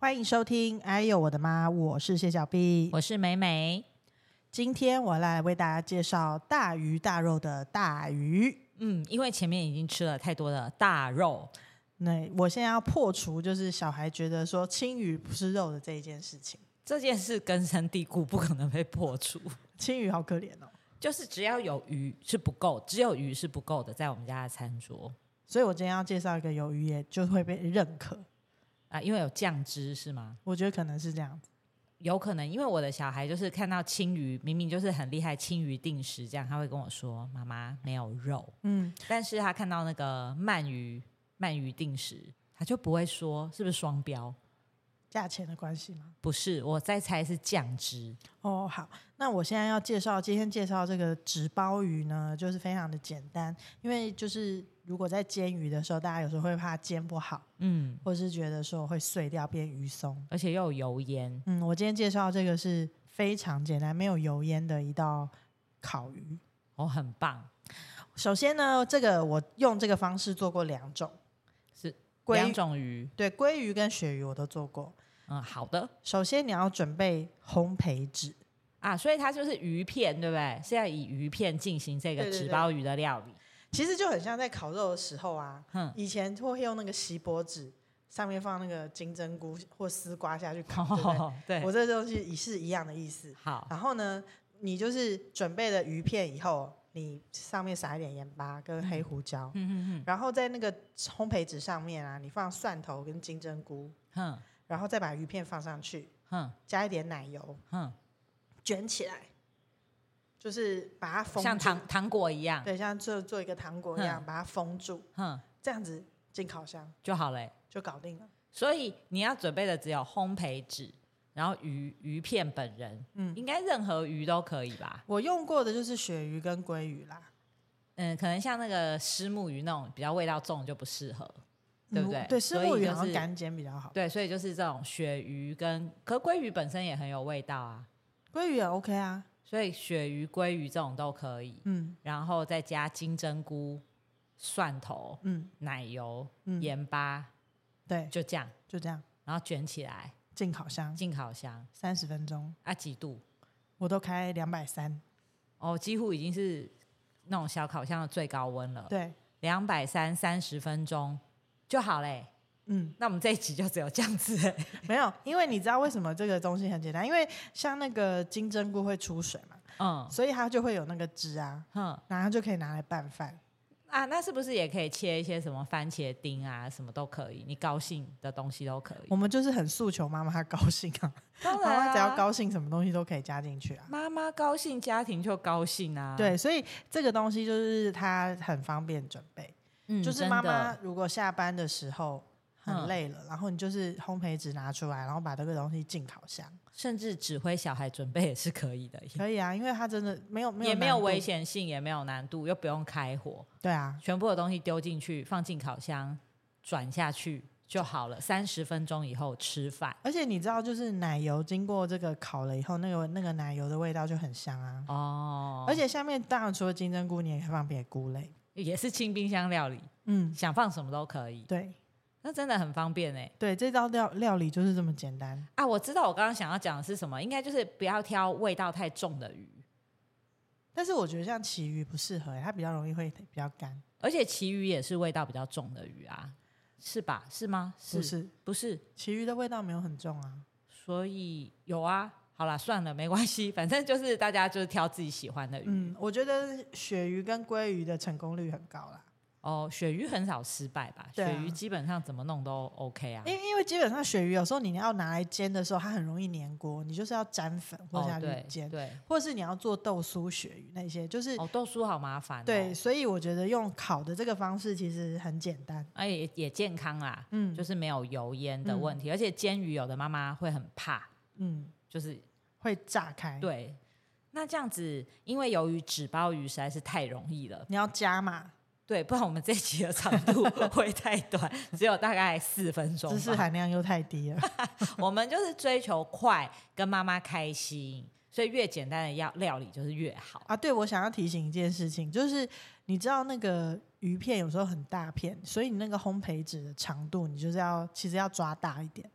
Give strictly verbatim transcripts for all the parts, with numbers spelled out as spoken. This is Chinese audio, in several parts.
欢迎收听哎呦我的妈，我是谢小 B， 我是美美。 今天我来为大家介绍大鱼大肉的大鱼。 嗯，因为前面已经吃了太多的大肉， 那我现在要破除就是小孩觉得说青鱼不是肉的这一件事情。 这件事根深蒂固，不可能被破除。 青鱼好可怜哦， 就是只要有鱼是不够，只有鱼是不够的，在我们家的餐桌。 所以我今天要介绍一个有鱼也就会被认可啊，因为有酱汁是吗？ 我觉得可能是这样子， 有可能，因为我的小孩就是看到青鱼，明明就是很厉害，青鱼定时这样，他会跟我说：“妈妈没有肉。”嗯，但是他看到那个鳗鱼，鳗鱼定时，他就不会说是不是双标。 价钱的关系吗？ 不是，我在猜是酱汁。 哦，好，那我现在要介绍，今天介绍这个纸包鱼呢，就是非常的简单，因为就是如果在煎鱼的时候，大家有时候会怕煎不好，嗯，或是觉得说会碎掉变鱼松， 而且又有油烟。 嗯，我今天介绍这个是非常简单，没有油烟的一道烤鱼， 哦，很棒。 首先呢，这个我用这个方式做过两种， 是两种鱼， 对，鲑鱼跟鳕鱼我都做过。 嗯，好的。 首先你要准备烘焙纸啊，所以它就是鱼片，对不对？是要以鱼片进行这个纸包鱼的料理。对对对， 其实就很像在烤肉的时候啊，嗯、以前会用那个锡箔纸，上面放那个金针菇或丝瓜下去烤，哦、对不对？对，我这东西也是一样的意思。好，然后呢，你就是准备了鱼片以后，你上面撒一点盐巴跟黑胡椒，嗯嗯嗯，然后在那个烘焙纸上面啊，你放蒜头跟金针菇，嗯。然后再把鱼片放上去，嗯、加一点奶油，嗯、卷起来，就是把它封住， 像糖糖果一样， 对，像做做一个糖果一样，嗯、把它封住，嗯、这样子进烤箱就好了，欸， 就搞定了。 所以你要准备的只有烘焙纸，然后鱼鱼片本人，嗯，应该任何鱼都可以吧？ 我用过的就是鳕鱼跟鲑鱼啦， 嗯，可能像那个虱目鱼那种比较味道重就不适合。对不对？ 嗯、对，虱目鱼好像干煎比较好。 对，所以就是这种鳕鱼跟，可鲑鱼本身也很有味道啊。 鲑鱼也 OK 啊， 所以鳕鱼、鲑鱼这种都可以。嗯，然后再加金针菇、蒜头、嗯、奶油、嗯、盐巴， 对， 就这样， 就这样， 然后卷起来， 进烤箱， 进烤箱三十分钟。 啊，几度？ 我都开两百三。 哦，几乎已经是那种小烤箱的最高温了。 对， 两百三，三十分钟。就好嘞，嗯，那我们这一集就只有这样子嘞。 没有，因为你知道为什么这个东西很简单？因为像那个金针菇会出水嘛，嗯，所以它就会有那个汁啊，嗯，然后就可以拿来拌饭啊。那是不是也可以切一些什么番茄丁啊，什么都可以？你高兴的东西都可以。 我们就是很诉求妈妈她高兴啊， 当然啊， 妈妈只要高兴，什么东西都可以加进去啊。 妈妈高兴，家庭就高兴啊。 对，所以这个东西就是它很方便准备。嗯、就是妈妈如果下班的时候很累了，嗯、然后你就是烘焙纸拿出来，然后把这个东西进烤箱， 甚至指挥小孩准备也是可以的。 可以啊，因为它真的没有没有也没有危险性，也没有难度，又不用开火。 对啊， 全部的东西丢进去，放进烤箱，转下去就好了。三十分钟以后吃饭。 而且你知道，就是奶油经过这个烤了以后，那个那个奶油的味道就很香啊。哦，而且下面当然除了金针菇，你也可以放别的菇类。 也是清冰箱料理，嗯，想放什么都可以。 对， 那真的很方便哎。 对，这道料料理就是这么简单啊！我知道我刚刚想要讲的是什么，应该就是不要挑味道太重的鱼。 但是我觉得像旗鱼不适合，它比较容易会比较干， 而且旗鱼也是味道比较重的鱼啊，是吧？是吗？是不是？ 不是， 旗鱼的味道没有很重啊。 所以有啊。好啦，算了，没关系，反正就是大家就是挑自己喜欢的鱼。 嗯，我觉得鳕鱼跟鲑鱼的成功率很高啦。 哦，鳕鱼很少失败吧？鳕、啊、鱼基本上怎么弄都 OK 啊。 因为因为基本上鳕鱼有时候你要拿来煎的时候，它很容易粘锅，你就是要沾粉或者下去煎，哦、对，对，或者是你要做豆酥鳕鱼那些，就是哦，豆酥好麻烦、哦。 对，所以我觉得用烤的这个方式其实很简单， 而且 也, 也健康啦，嗯，就是没有油烟的问题，嗯、而且煎鱼有的妈妈会很怕，嗯，就是。 会炸开。 对，那这样子，因为由于纸包鱼实在是太容易了， 你要加嘛？ 对，不然我们这集的长度会太短，只有大概四分钟， 知识含量又太低了。 我们就是追求快，跟妈妈开心，所以越简单的料理就是越好啊。对，我想要提醒一件事情，就是你知道那个鱼片有时候很大片，所以你那个烘焙纸的长度，你就是要其实要抓大一点。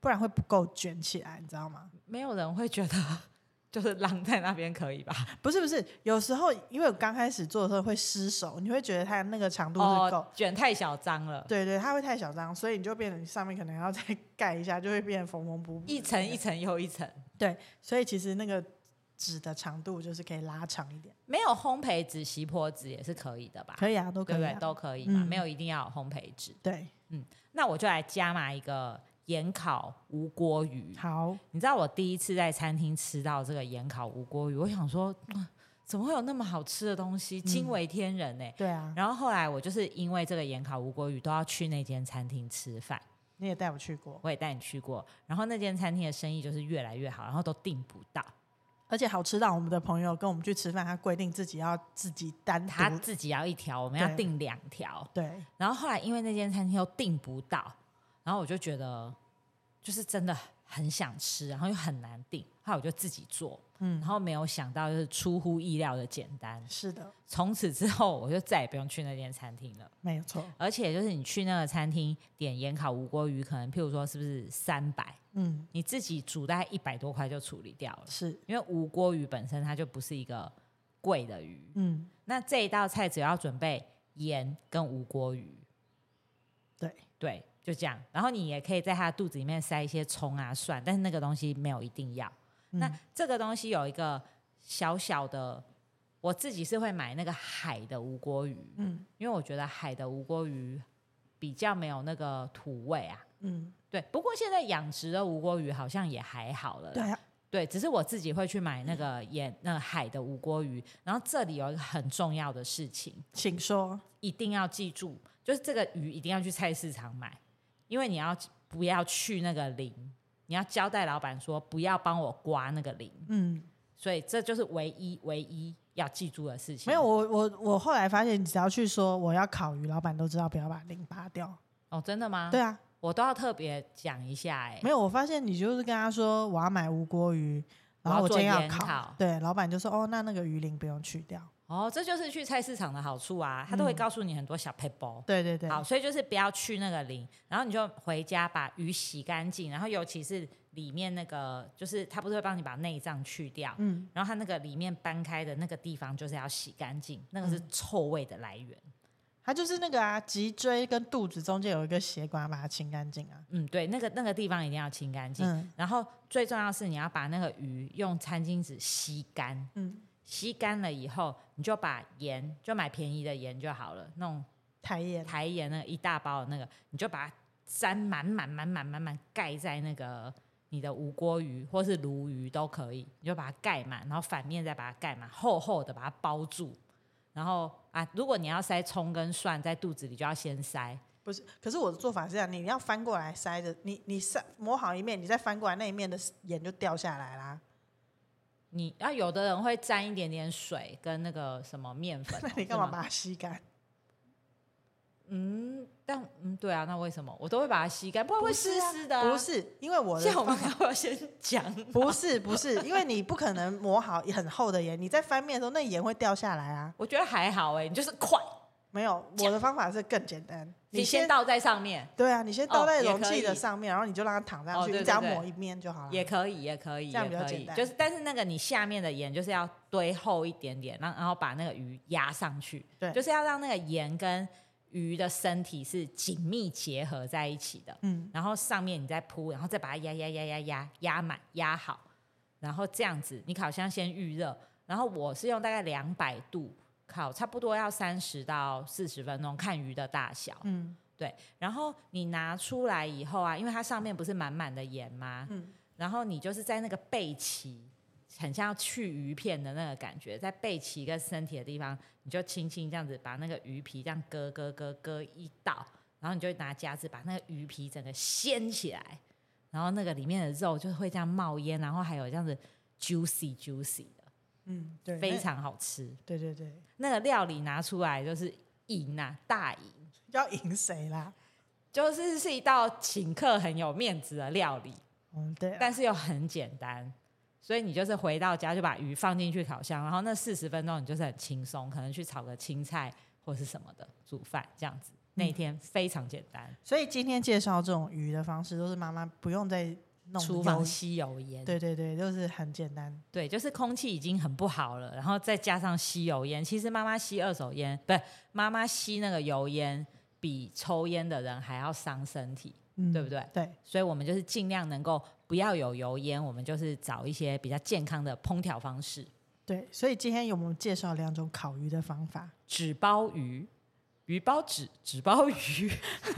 不然会不够卷起来，你知道吗？ 没有人会觉得就是浪在那边可以吧？ 不是不是，有时候因为我刚开始做的时候会失手，你会觉得它那个长度是够、 哦、卷太小张了。 对对，它会太小张，所以你就变成上面可能要再盖一下，就会变成缝缝补补， 一层一层又一层。 对，所以其实那个纸的长度就是可以拉长一点。 没有烘焙纸、锡箔纸也是可以的吧？ 可以啊，都可以、啊， 对不对？都可以嘛、嗯，没有一定要有烘焙纸。 对， 嗯，那我就来加码一个盐烤无锅鱼。 好， 你知道我第一次在餐厅吃到这个盐烤无锅鱼，我想说、嗯、怎么会有那么好吃的东西，惊为天人呢、欸嗯？ 对啊。 然后后来我就是因为这个盐烤无锅鱼都要去那间餐厅吃饭。 你也带我去过， 我也带你去过。然后那间餐厅的生意就是越来越好，然后都订不到， 而且好吃到我们的朋友跟我们去吃饭，他规定自己要自己单独， 他自己要一条，我们要订两条。 对。 然后后来因为那间餐厅又订不到，然后我就觉得就是真的很想吃，然后又很难订，后来我就自己做。嗯，然后没有想到就是出乎意料的简单。 是的， 从此之后我就再也不用去那间餐厅了。 没有错。 而且就是你去那个餐厅点盐烤无锅鱼，可能譬如说是不是三百？嗯，你自己煮大概一百多块就处理掉了。 是因为无锅鱼本身它就不是一个贵的鱼。嗯，那这一道菜只要准备盐跟无锅鱼。 对对，就这样。然后你也可以在它肚子里面塞一些葱啊蒜，但是那个东西没有一定要。那这个东西有一个小小的，我自己是会买那个海的无锅鱼。嗯，因为我觉得海的无锅鱼比较没有那个土味啊。嗯，对。不过现在养殖的无锅鱼好像也还好了啦。 对啊， 对，只是我自己会去买那个盐那个海的无锅鱼。然后这里有一个很重要的事情， 请说， 一定要记住，就是这个鱼一定要去菜市场买，因为你要不要去那个鳞。你要交代老板说不要帮我刮那个鳞。嗯，所以这就是唯一唯一要记住的事情。 没有，我我我后来发现，你只要去说我要烤鱼，老板都知道不要把鳞拔掉。 哦，真的吗？ 对啊， 我都要特别讲一下哎、欸。 没有，我发现你就是跟他说我要买无锅鱼，然后我今天要烤， 烤对，老板就说哦，那那个鱼鳞不用去掉。 哦，这就是去菜市场的好处啊，他都会告诉你很多小撇步。 对对对， 好，所以就是不要去那个鳞，然后你就回家把鱼洗干净，然后尤其是里面那个，就是他不是会帮你把内脏去掉，嗯，然后他那个里面掰开的那个地方就是要洗干净，那个是臭味的来源。 它就是那个啊，脊椎跟肚子中间有一个血管，把它清干净啊。 嗯，对，那个那个地方一定要清干净、嗯。然后最重要的是你要把那个鱼用餐巾纸吸干，嗯。吸干了以后，你就把盐，就买便宜的盐就好了，那种台盐， 台盐那个一大包的那个，你就把它沾满满满满满满盖在那个你的无锅鱼或是鲈鱼都可以，你就把它盖满，然后反面再把它盖满，厚厚的把它包住。然后啊，如果你要塞葱跟蒜在肚子里，就要先塞。 不是，可是我的做法是这样，你要翻过来塞着，你你塞磨好一面，你再翻过来那一面的盐就掉下来啦。 你啊，有的人会沾一点点水跟那个什么面粉， 那你干嘛把它吸干？ 嗯，但嗯，对啊，那为什么我都会把它吸干？不然会湿湿的、 啊。不是，因为我的现在我们要先讲， 不是不是，因为你不可能磨好很厚的盐，你在翻面的时候，那盐会掉下来啊。 我觉得还好哎、欸，你就是快。 没有，我的方法是更简单。 你先倒在上面， 对啊，你先倒在容器的上面，哦、然后你就让它躺上去， 哦、对对对， 你只要抹一面就好了。 也可以，也可以， 这样比较简单。 就是，但是那个你下面的盐就是要堆厚一点点，然后然后把那个鱼压上去， 对， 就是要让那个盐跟鱼的身体是紧密结合在一起的。嗯，然后上面你再铺，然后再把它压压压压压压满压好，然后这样子，你烤箱先预热，然后我是用大概两百度。烤差不多要三十到四十分钟，看鱼的大小。嗯，对。然后你拿出来以后啊，因为它上面不是满满的盐吗？嗯。然后你就是在那个背鳍，很像去鱼片的那个感觉，在背鳍跟身体的地方，你就轻轻这样子把那个鱼皮这样割割割割一道，然后你就拿夹子把那个鱼皮整个掀起来，然后那个里面的肉就会这样冒烟，然后还有这样子 juicy juicy。 嗯，对， 非常好吃。 对对对， 那个料理拿出来就是赢啊，大赢。 要赢谁啦？ 就是是一道请客很有面子的料理。 嗯，对、啊。 但是又很简单，所以你就是回到家就把鱼放进去烤箱，然后那四十分钟你就是很轻松，可能去炒个青菜或是什么的煮饭这样子。 那一天非常简单。 所以今天介绍这种鱼的方式，都是妈妈不用再弄厨房吸油烟。 对对对，就是很简单。 对，就是空气已经很不好了，然后再加上吸油烟。其实妈妈吸二手烟，不是妈妈吸那个油烟，比抽烟的人还要伤身体。嗯、对不对？ 对， 所以我们就是尽量能够不要有油烟，我们就是找一些比较健康的烹调方式。 对，所以今天有没有介绍两种烤鱼的方法？ 纸包鱼、鱼包纸、纸包鱼，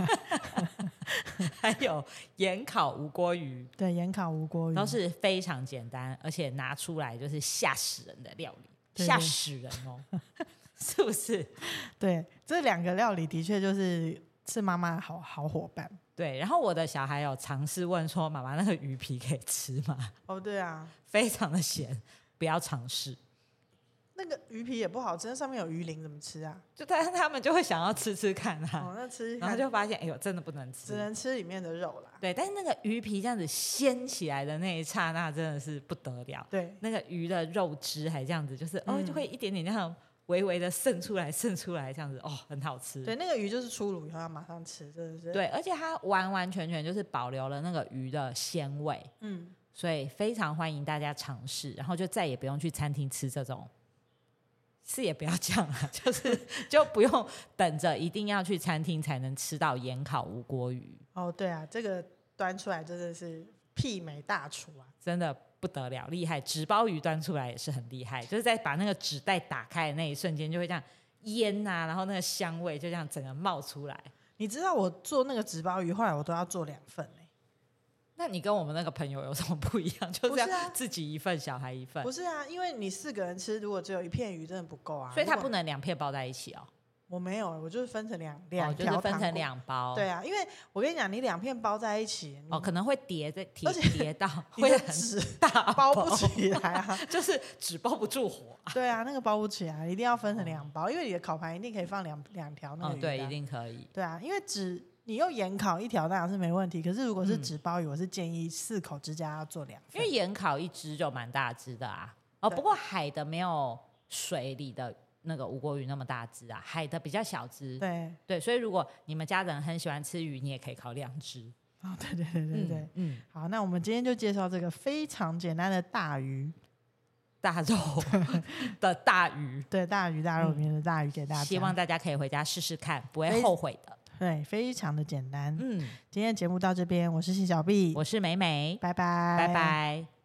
还有盐烤无锅鱼。 对，盐烤无锅鱼都是非常简单，而且拿出来就是吓死人的料理，对对吓死人哦，是不是？ 对，这两个料理的确就是是妈妈好好伙伴。 对，然后我的小孩有尝试问说：“妈妈，那个鱼皮可以吃吗？” 哦，对啊， 非常的咸，不要尝试。 那个鱼皮也不好吃，那上面有鱼鳞，怎么吃啊？ 就但是他们就会想要吃吃看啊， 哦，那吃， 然后就发现，哎呦，真的不能吃， 只能吃里面的肉啦。 对，但是那个鱼皮这样子掀起来的那一刹那，真的是不得了。 对， 那个鱼的肉汁还这样子，就是、嗯、哦，就会一点点这样微微的渗出来，渗出来这样子，哦，很好吃。 对，那个鱼就是出炉以后要马上吃，真的是。 对，而且它完完全全就是保留了那个鱼的鲜味，嗯，所以非常欢迎大家尝试，然后就再也不用去餐厅吃这种。是也不要这样啊，就是就不用等着一定要去餐厅才能吃到盐烤无锅鱼。 哦，对啊，这个端出来真的是媲美大厨啊， 真的不得了，厉害！纸包鱼端出来也是很厉害，就是在把那个纸袋打开的那一瞬间，就会这样烟啊，然后那个香味就这样整个冒出来。 你知道我做那个纸包鱼，后来我都要做两份欸。 那你跟我们那个朋友有什么不一样？就是要自己一份，小孩一份。 不是啊，因为你四个人吃，如果只有一片鱼，真的不够啊。 所以它不能两片包在一起哦。 我没有，我就是分成两两条、 哦，就是分成两包。 对啊，因为我跟你讲，你两片包在一起， 哦，可能会叠在叠叠到， 会很大，包不起来啊， 就是纸包不住火、啊。 对啊，那个包不起来，一定要分成两包，因为你的烤盘一定可以放两两条那个鱼、啊。 哦，对，一定可以。 对啊，因为纸。你用盐烤一条当然是没问题，可是如果是纸包鱼、嗯，我是建议四口之家要做两份， 因为盐烤一只就蛮大只的啊。哦，不过海的没有水里的那个无锅鱼那么大只啊，海的比较小只。 对对，所以如果你们家人很喜欢吃鱼，你也可以烤两只。 哦，对对对对对，嗯，嗯好，那我们今天就介绍这个非常简单的大鱼。 大肉的大鱼， 对，大鱼大肉里面的大鱼给大家、嗯， 希望大家可以回家试试看，不会后悔的。 对，非常的简单。嗯，今天的节目到这边，我是谢小碧， 我是美美， 拜拜， 拜拜。